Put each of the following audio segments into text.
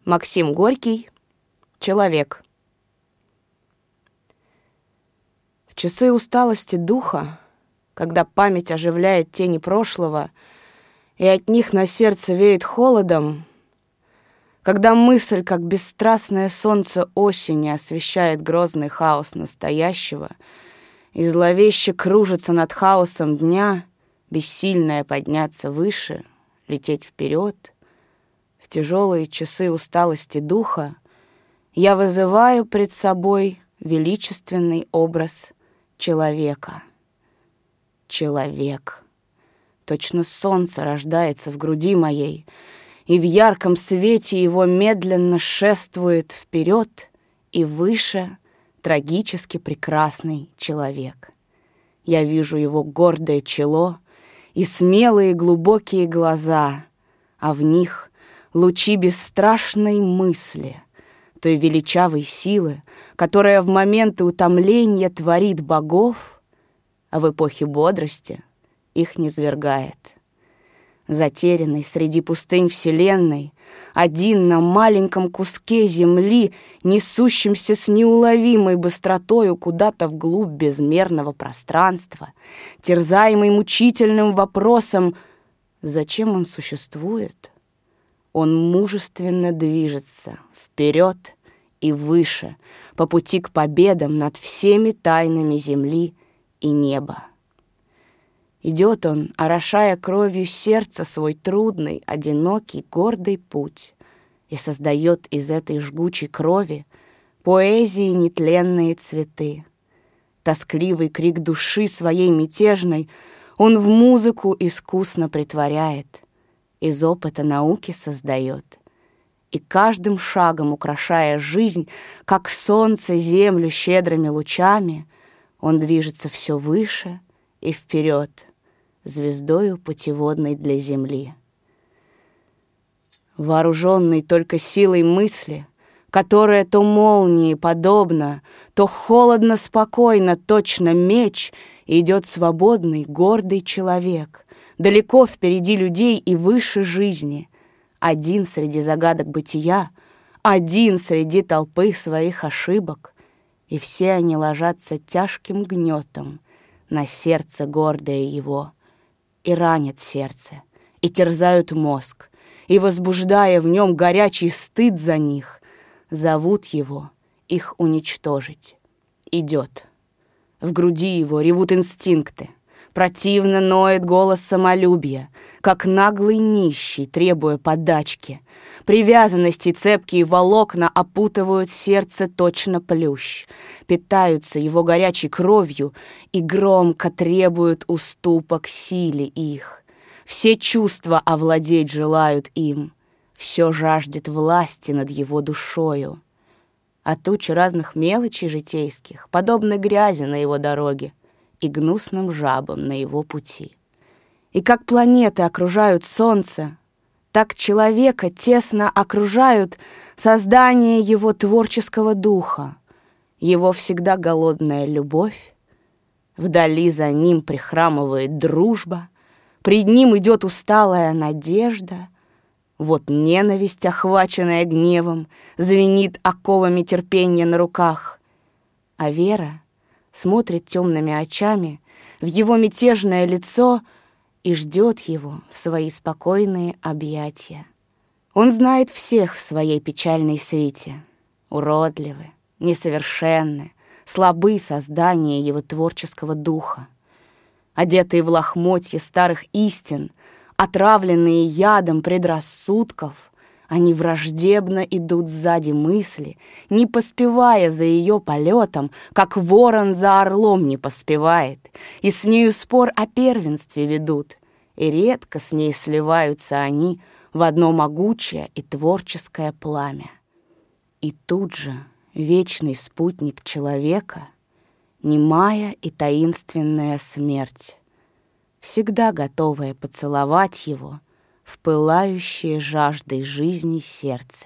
Максим Горький. Человек. В часы усталости духа, когда память оживляет тени прошлого, и от них на сердце веет холодом, когда мысль, как бесстрастное солнце осени, освещает грозный хаос настоящего и зловеще кружится над хаосом дня, бессильная подняться выше, лететь вперед, в тяжелые часы усталости духа я вызываю пред собой величественный образ человека. Человек. Точно солнце рождается в груди моей, и в ярком свете его медленно шествует вперед и выше трагически прекрасный человек. Я вижу его гордое чело и смелые глубокие глаза, а в них лучи бесстрашной мысли, той величавой силы, которая в моменты утомления творит богов, а в эпохе бодрости их низвергает. Затерянный среди пустынь вселенной, один на маленьком куске земли, несущемся с неуловимой быстротою куда-то вглубь безмерного пространства, терзаемый мучительным вопросом «Зачем он существует?», он мужественно движется вперед и выше по пути к победам над всеми тайнами земли и неба. Идет он, орошая кровью сердца свой трудный, одинокий, гордый путь и создает из этой жгучей крови поэзии нетленные цветы. Тоскливый крик души своей мятежной он в музыку искусно претворяет, из опыта науки создает, и каждым шагом украшая жизнь, как солнце землю щедрыми лучами, он движется все выше и вперед, звездою путеводной для земли. Вооруженный только силой мысли, которая то молнии подобна, то холодно-спокойно, точно меч, идет свободный, гордый человек, далеко впереди людей и выше жизни, один среди загадок бытия, один среди толпы своих ошибок, и все они ложатся тяжким гнетом на сердце гордое его, и ранят сердце, и терзают мозг, и, возбуждая в нем горячий стыд за них, зовут его их уничтожить. Идет. В груди его ревут инстинкты, противно ноет голос самолюбия, как наглый нищий, требуя подачки. Привязанности цепкие волокна опутывают сердце точно плющ, питаются его горячей кровью и громко требуют уступок силе их. Все чувства овладеть желают им, все жаждет власти над его душою. А тучи разных мелочей житейских подобны грязи на его дороге и гнусным жабам на его пути. И как планеты окружают солнце, так человека тесно окружают создания его творческого духа, его всегда голодная любовь, вдали за ним прихрамывает дружба, пред ним идет усталая надежда, вот ненависть, охваченная гневом, звенит оковами терпения на руках, а вера смотрит темными очами в его мятежное лицо и ждет его в свои спокойные объятия. Он знает всех в своей печальной свите. Уродливы, несовершенны, слабы создания его творческого духа. Одетые в лохмотья старых истин, отравленные ядом предрассудков, они враждебно идут сзади мысли, не поспевая за ее полетом, как ворон за орлом не поспевает, и с нею спор о первенстве ведут, и редко с ней сливаются они в одно могучее и творческое пламя. И тут же вечный спутник человека, немая и таинственная смерть, всегда готовая поцеловать его в пылающее жаждой жизни сердце.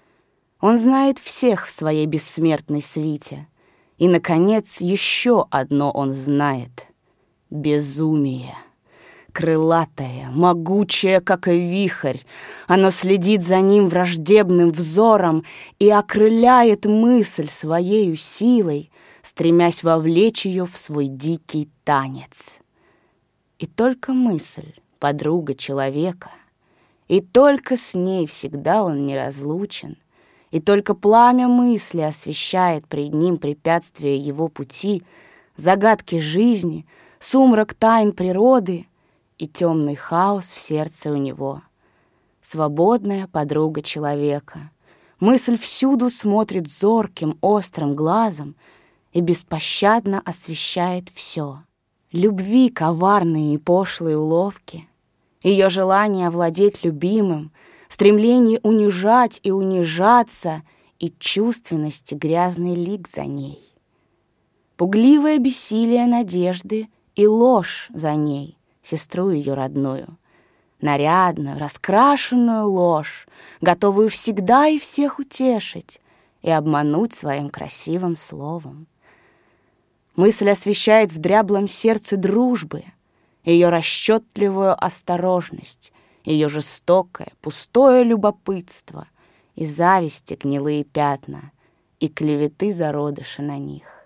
Он знает всех в своей бессмертной свите, и, наконец, еще одно он знает — безумие. Крылатое, могучее, как и вихрь, оно следит за ним враждебным взором и окрыляет мысль своею силой, стремясь вовлечь ее в свой дикий танец. И только мысль — подруга человека, и только с ней всегда он неразлучен, и только пламя мысли освещает пред ним препятствия его пути, загадки жизни, сумрак тайн природы и темный хаос в сердце у него. Свободная подруга человека. Мысль всюду смотрит зорким, острым глазом и беспощадно освещает все. Любви коварные и пошлые уловки, ее желание овладеть любимым, стремление унижать и унижаться и чувственности грязный лик за ней. Пугливое бессилие надежды и ложь за ней, сестру ее родную, нарядную, раскрашенную ложь, готовую всегда и всех утешить и обмануть своим красивым словом. Мысль освещает в дряблом сердце дружбы, ее расчетливую осторожность, ее жестокое, пустое любопытство и зависти гнилые пятна, и клеветы зародыши на них.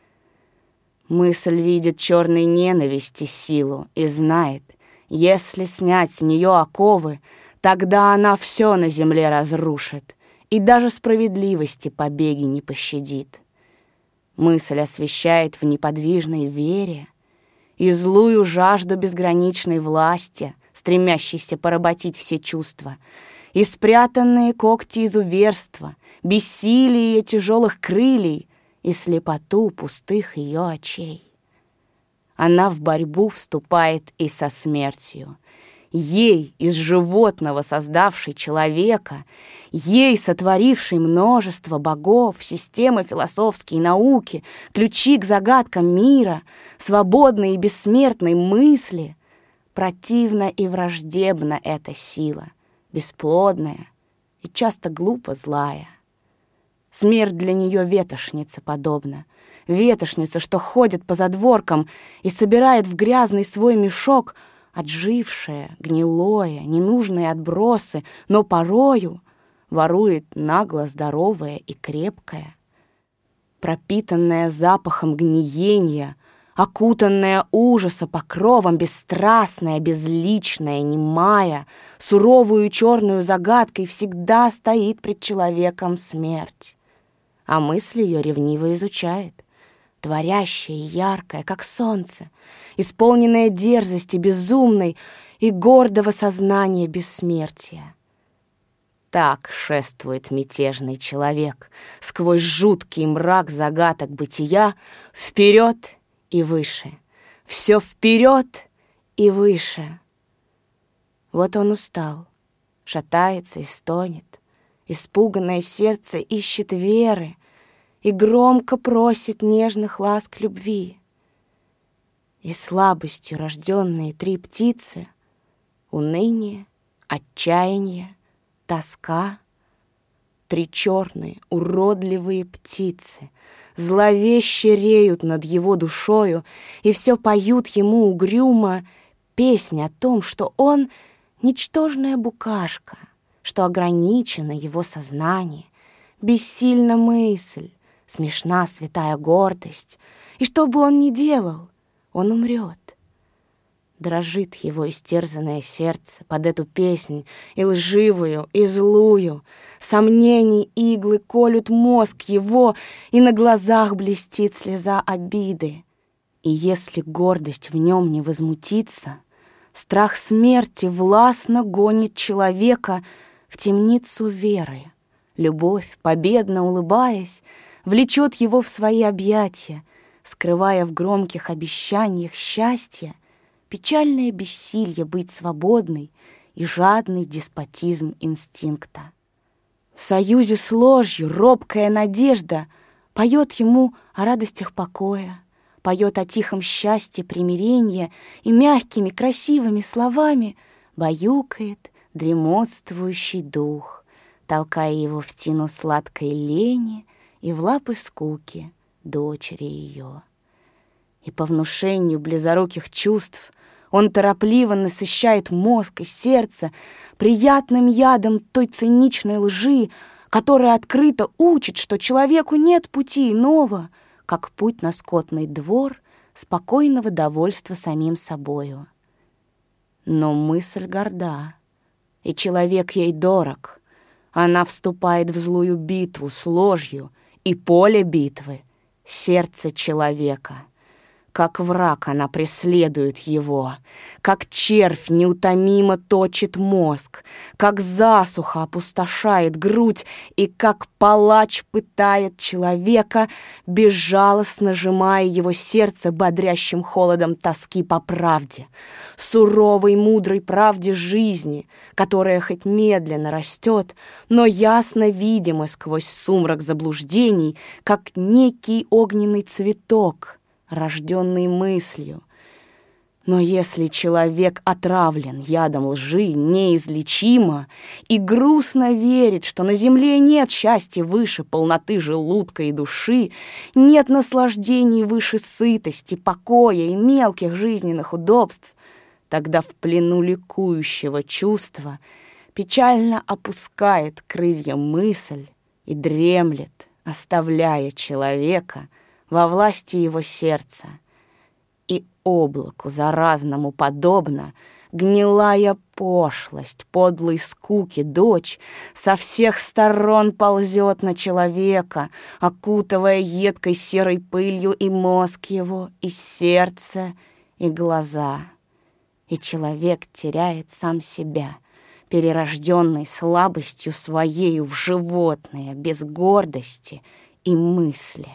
Мысль видит черной ненависти силу и знает, если снять с нее оковы, тогда она все на земле разрушит и даже справедливости побеги не пощадит. Мысль освещает в неподвижной вере и злую жажду безграничной власти, стремящейся поработить все чувства, и спрятанные когти изуверства, бессилие тяжелых крыльев и слепоту пустых ее очей. Она в борьбу вступает и со смертью. Ей, из животного создавшей человека, ей, сотворившей множество богов, системы философские науки, ключи к загадкам мира, свободной и бессмертной мысли, противна и враждебна эта сила, бесплодная и часто глупо злая. Смерть для нее ветошница подобна, ветошница, что ходит по задворкам и собирает в грязный свой мешок отжившее, гнилое, ненужные отбросы, но порою ворует нагло здоровое и крепкое. Пропитанная запахом гниения, окутанная ужаса покровом, бесстрастная, безличная, немая, суровую черную загадкой всегда стоит пред человеком смерть. А мысль ее ревниво изучает, творящая и яркая, как солнце, исполненная дерзости безумной и гордого сознания бессмертия. Так шествует мятежный человек сквозь жуткий мрак загадок бытия вперед и выше, все вперед и выше. Вот он устал, шатается и стонет, испуганное сердце ищет веры и громко просит нежных ласк любви. И слабостью рожденные три птицы — уныние, отчаяние, тоска — три черные, уродливые птицы зловеще реют над его душою и все поют ему угрюмо песнь о том, что он — ничтожная букашка, что ограничено его сознание, бессильна мысль, смешна святая гордость, и что бы он ни делал, он умрет. Дрожит его истерзанное сердце под эту песнь и лживую, и злую. Сомнений иглы колют мозг его, и на глазах блестит слеза обиды. И если гордость в нем не возмутится, страх смерти властно гонит человека в темницу веры. Любовь, победно улыбаясь, влечет его в свои объятия, скрывая в громких обещаниях счастья печальное бессилье быть свободной и жадный деспотизм инстинкта. В союзе с ложью робкая надежда поет ему о радостях покоя, поет о тихом счастье примирения и мягкими красивыми словами баюкает дремотствующий дух, толкая его в тину сладкой лени и в лапы скуки дочери ее. И по внушению близоруких чувств Он торопливо насыщает мозг и сердце приятным ядом той циничной лжи, которая открыто учит, что человеку нет пути иного, как путь на скотный двор спокойного довольства самим собою. Но мысль горда, и человек ей дорог. Она вступает в злую битву с ложью, и поле битвы — сердце человека. Как враг она преследует его, как червь неутомимо точит мозг, как засуха опустошает грудь и как палач пытает человека, безжалостно сжимая его сердце бодрящим холодом тоски по правде, суровой мудрой правде жизни, которая хоть медленно растет, но ясно видима сквозь сумрак заблуждений, как некий огненный цветок, рожденный мыслью. Но если человек отравлен ядом лжи неизлечимо и грустно верит, что на земле нет счастья выше полноты желудка и души, нет наслаждений выше сытости, покоя и мелких жизненных удобств, тогда в плену ликующего чувства печально опускает крылья мысль и дремлет, оставляя человека во власти его сердца, и облаку заразному подобно гнилая пошлость подлой скуки дочь со всех сторон ползет на человека, окутывая едкой серой пылью и мозг его, и сердце, и глаза. И человек теряет сам себя, перерожденный слабостью своею в животное, без гордости и мысли.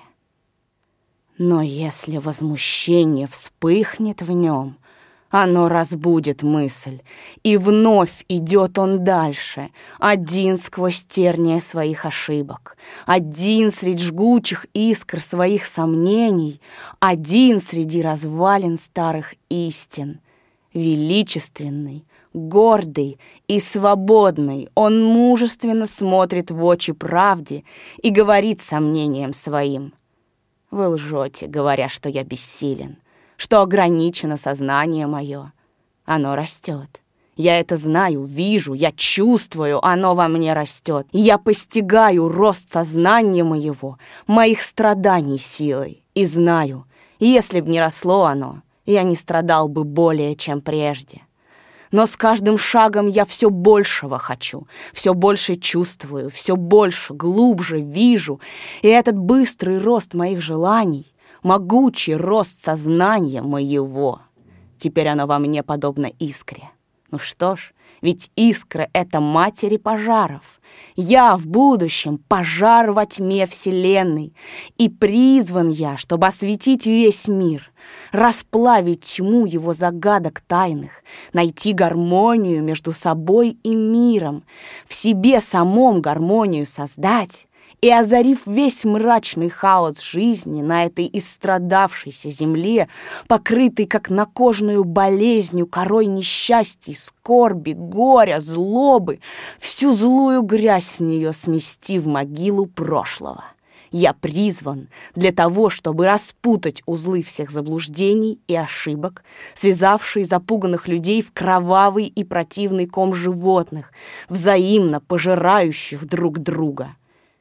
Но если возмущение вспыхнет в нем, оно разбудит мысль, и вновь идет он дальше, один сквозь терния своих ошибок, один среди жгучих искр своих сомнений, один среди развалин старых истин. Величественный, гордый и свободный, он мужественно смотрит в очи правде и говорит сомнением своим: «Вы лжете, говоря, что я бессилен, что ограничено сознание мое. Оно растет. Я это знаю, вижу, я чувствую, оно во мне растет. И я постигаю рост сознания моего, моих страданий силой. И знаю, если б не росло оно, я не страдал бы более, чем прежде. Но с каждым шагом я все большего хочу, все больше чувствую, все больше, глубже вижу. И этот быстрый рост моих желаний, могучий рост сознания моего, теперь оно во мне подобно искре. Ну что ж, ведь искра — это матери пожаров. Я в будущем пожар во тьме вселенной, и призван я, чтобы осветить весь мир, расплавить тьму его загадок тайных, найти гармонию между собой и миром, в себе самом гармонию создать, и, озарив весь мрачный хаос жизни на этой истрадавшейся земле, покрытой, как накожную болезнью, корой несчастий, скорби, горя, злобы, всю злую грязь с нее смести в могилу прошлого. Я призван для того, чтобы распутать узлы всех заблуждений и ошибок, связавшие запуганных людей в кровавый и противный ком животных, взаимно пожирающих друг друга.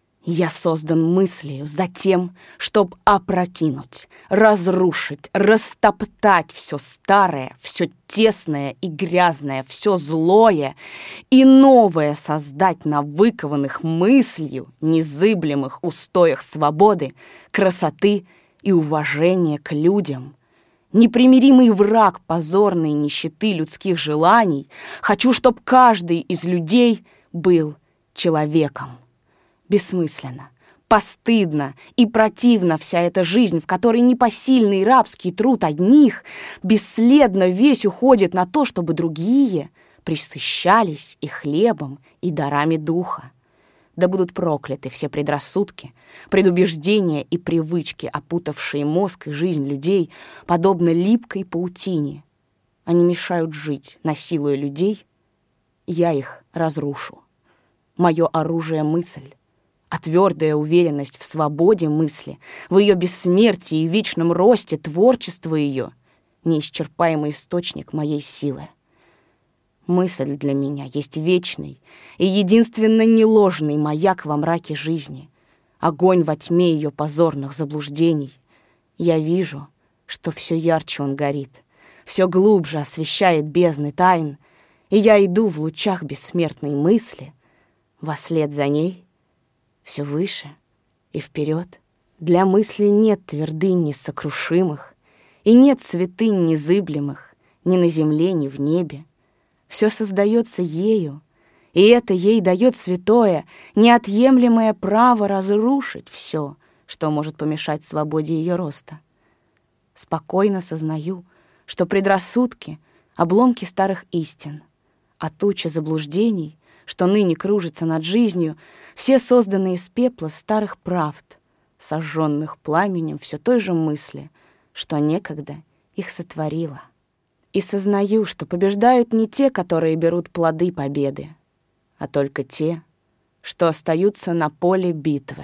Я создан мыслью за тем, чтоб опрокинуть, разрушить, растоптать все старое, все тесное и грязное, все злое, и новое создать на выкованных мыслью незыблемых устоях свободы, красоты и уважения к людям. Непримиримый враг позорной нищеты людских желаний, хочу, чтоб каждый из людей был человеком. Бессмысленно, постыдно и противна вся эта жизнь, в которой непосильный рабский труд одних бесследно весь уходит на то, чтобы другие присыщались и хлебом, и дарами духа. Да будут прокляты все предрассудки, предубеждения и привычки, опутавшие мозг и жизнь людей, подобно липкой паутине. Они мешают жить, насилуя людей. Я их разрушу. Мое оружие — мысль. А твердая уверенность в свободе мысли, в ее бессмертии и вечном росте творчества ее неисчерпаемый источник моей силы. Мысль для меня есть вечный и единственно неложный маяк во мраке жизни, огонь во тьме ее позорных заблуждений. Я вижу, что все ярче он горит, все глубже освещает бездны тайн, и я иду в лучах бессмертной мысли, вослед за ней все выше и вперед. Для мысли нет твердынь несокрушимых, и нет святынь незыблемых ни на земле, ни в небе. Все создается ею, и это ей дает святое, неотъемлемое право разрушить все, что может помешать свободе ее роста. Спокойно сознаю, что предрассудки — обломки старых истин, а туча заблуждений, что ныне кружится над жизнью, все созданы из пепла старых правд, сожженных пламенем все той же мысли, что некогда их сотворила. И сознаю, что побеждают не те, которые берут плоды победы, а только те, что остаются на поле битвы.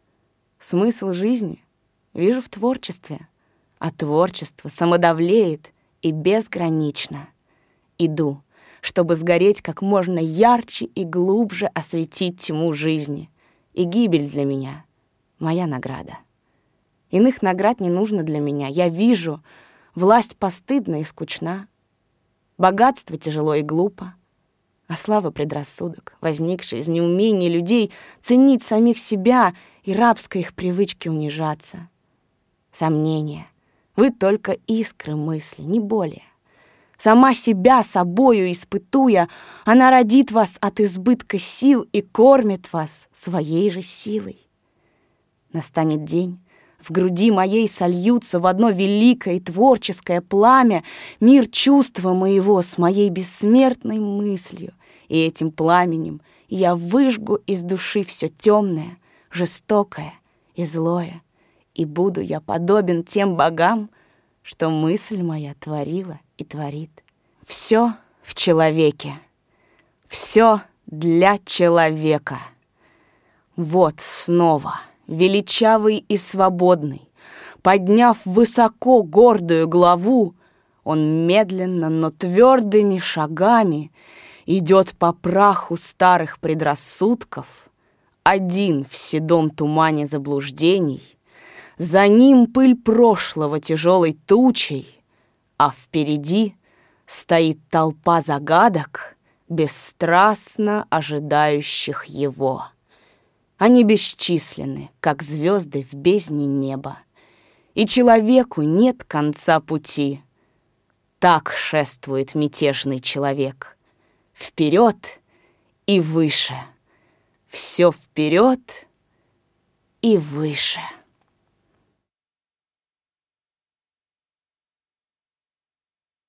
Смысл жизни вижу в творчестве, а творчество самодовлеет и безгранично. Иду, чтобы сгореть как можно ярче и глубже осветить тьму жизни, и гибель для меня — моя награда. Иных наград не нужно для меня. Я вижу, власть постыдна и скучна, богатство тяжело и глупо, а слава — предрассудок, возникший из неумения людей ценить самих себя и рабской их привычки унижаться. Сомнения — вы только искры мысли, не более. Сама себя собою испытуя, она родит вас от избытка сил и кормит вас своей же силой. Настанет день, в груди моей сольются в одно великое и творческое пламя мир чувства моего с моей бессмертной мыслью, и этим пламенем я выжгу из души все темное, жестокое и злое, и буду я подобен тем богам, что мысль моя творила и творит. Все в человеке, все для человека. Вот снова величавый и свободный, подняв высоко гордую главу, он медленно, но твердыми шагами идет по праху старых предрассудков, один в седом тумане заблуждений, за ним пыль прошлого тяжелой тучей, а впереди стоит толпа загадок, бесстрастно ожидающих его. Они бесчисленны, как звезды в бездне неба, и человеку нет конца пути. Так шествует мятежный человек. Вперед и выше. Все вперед и выше.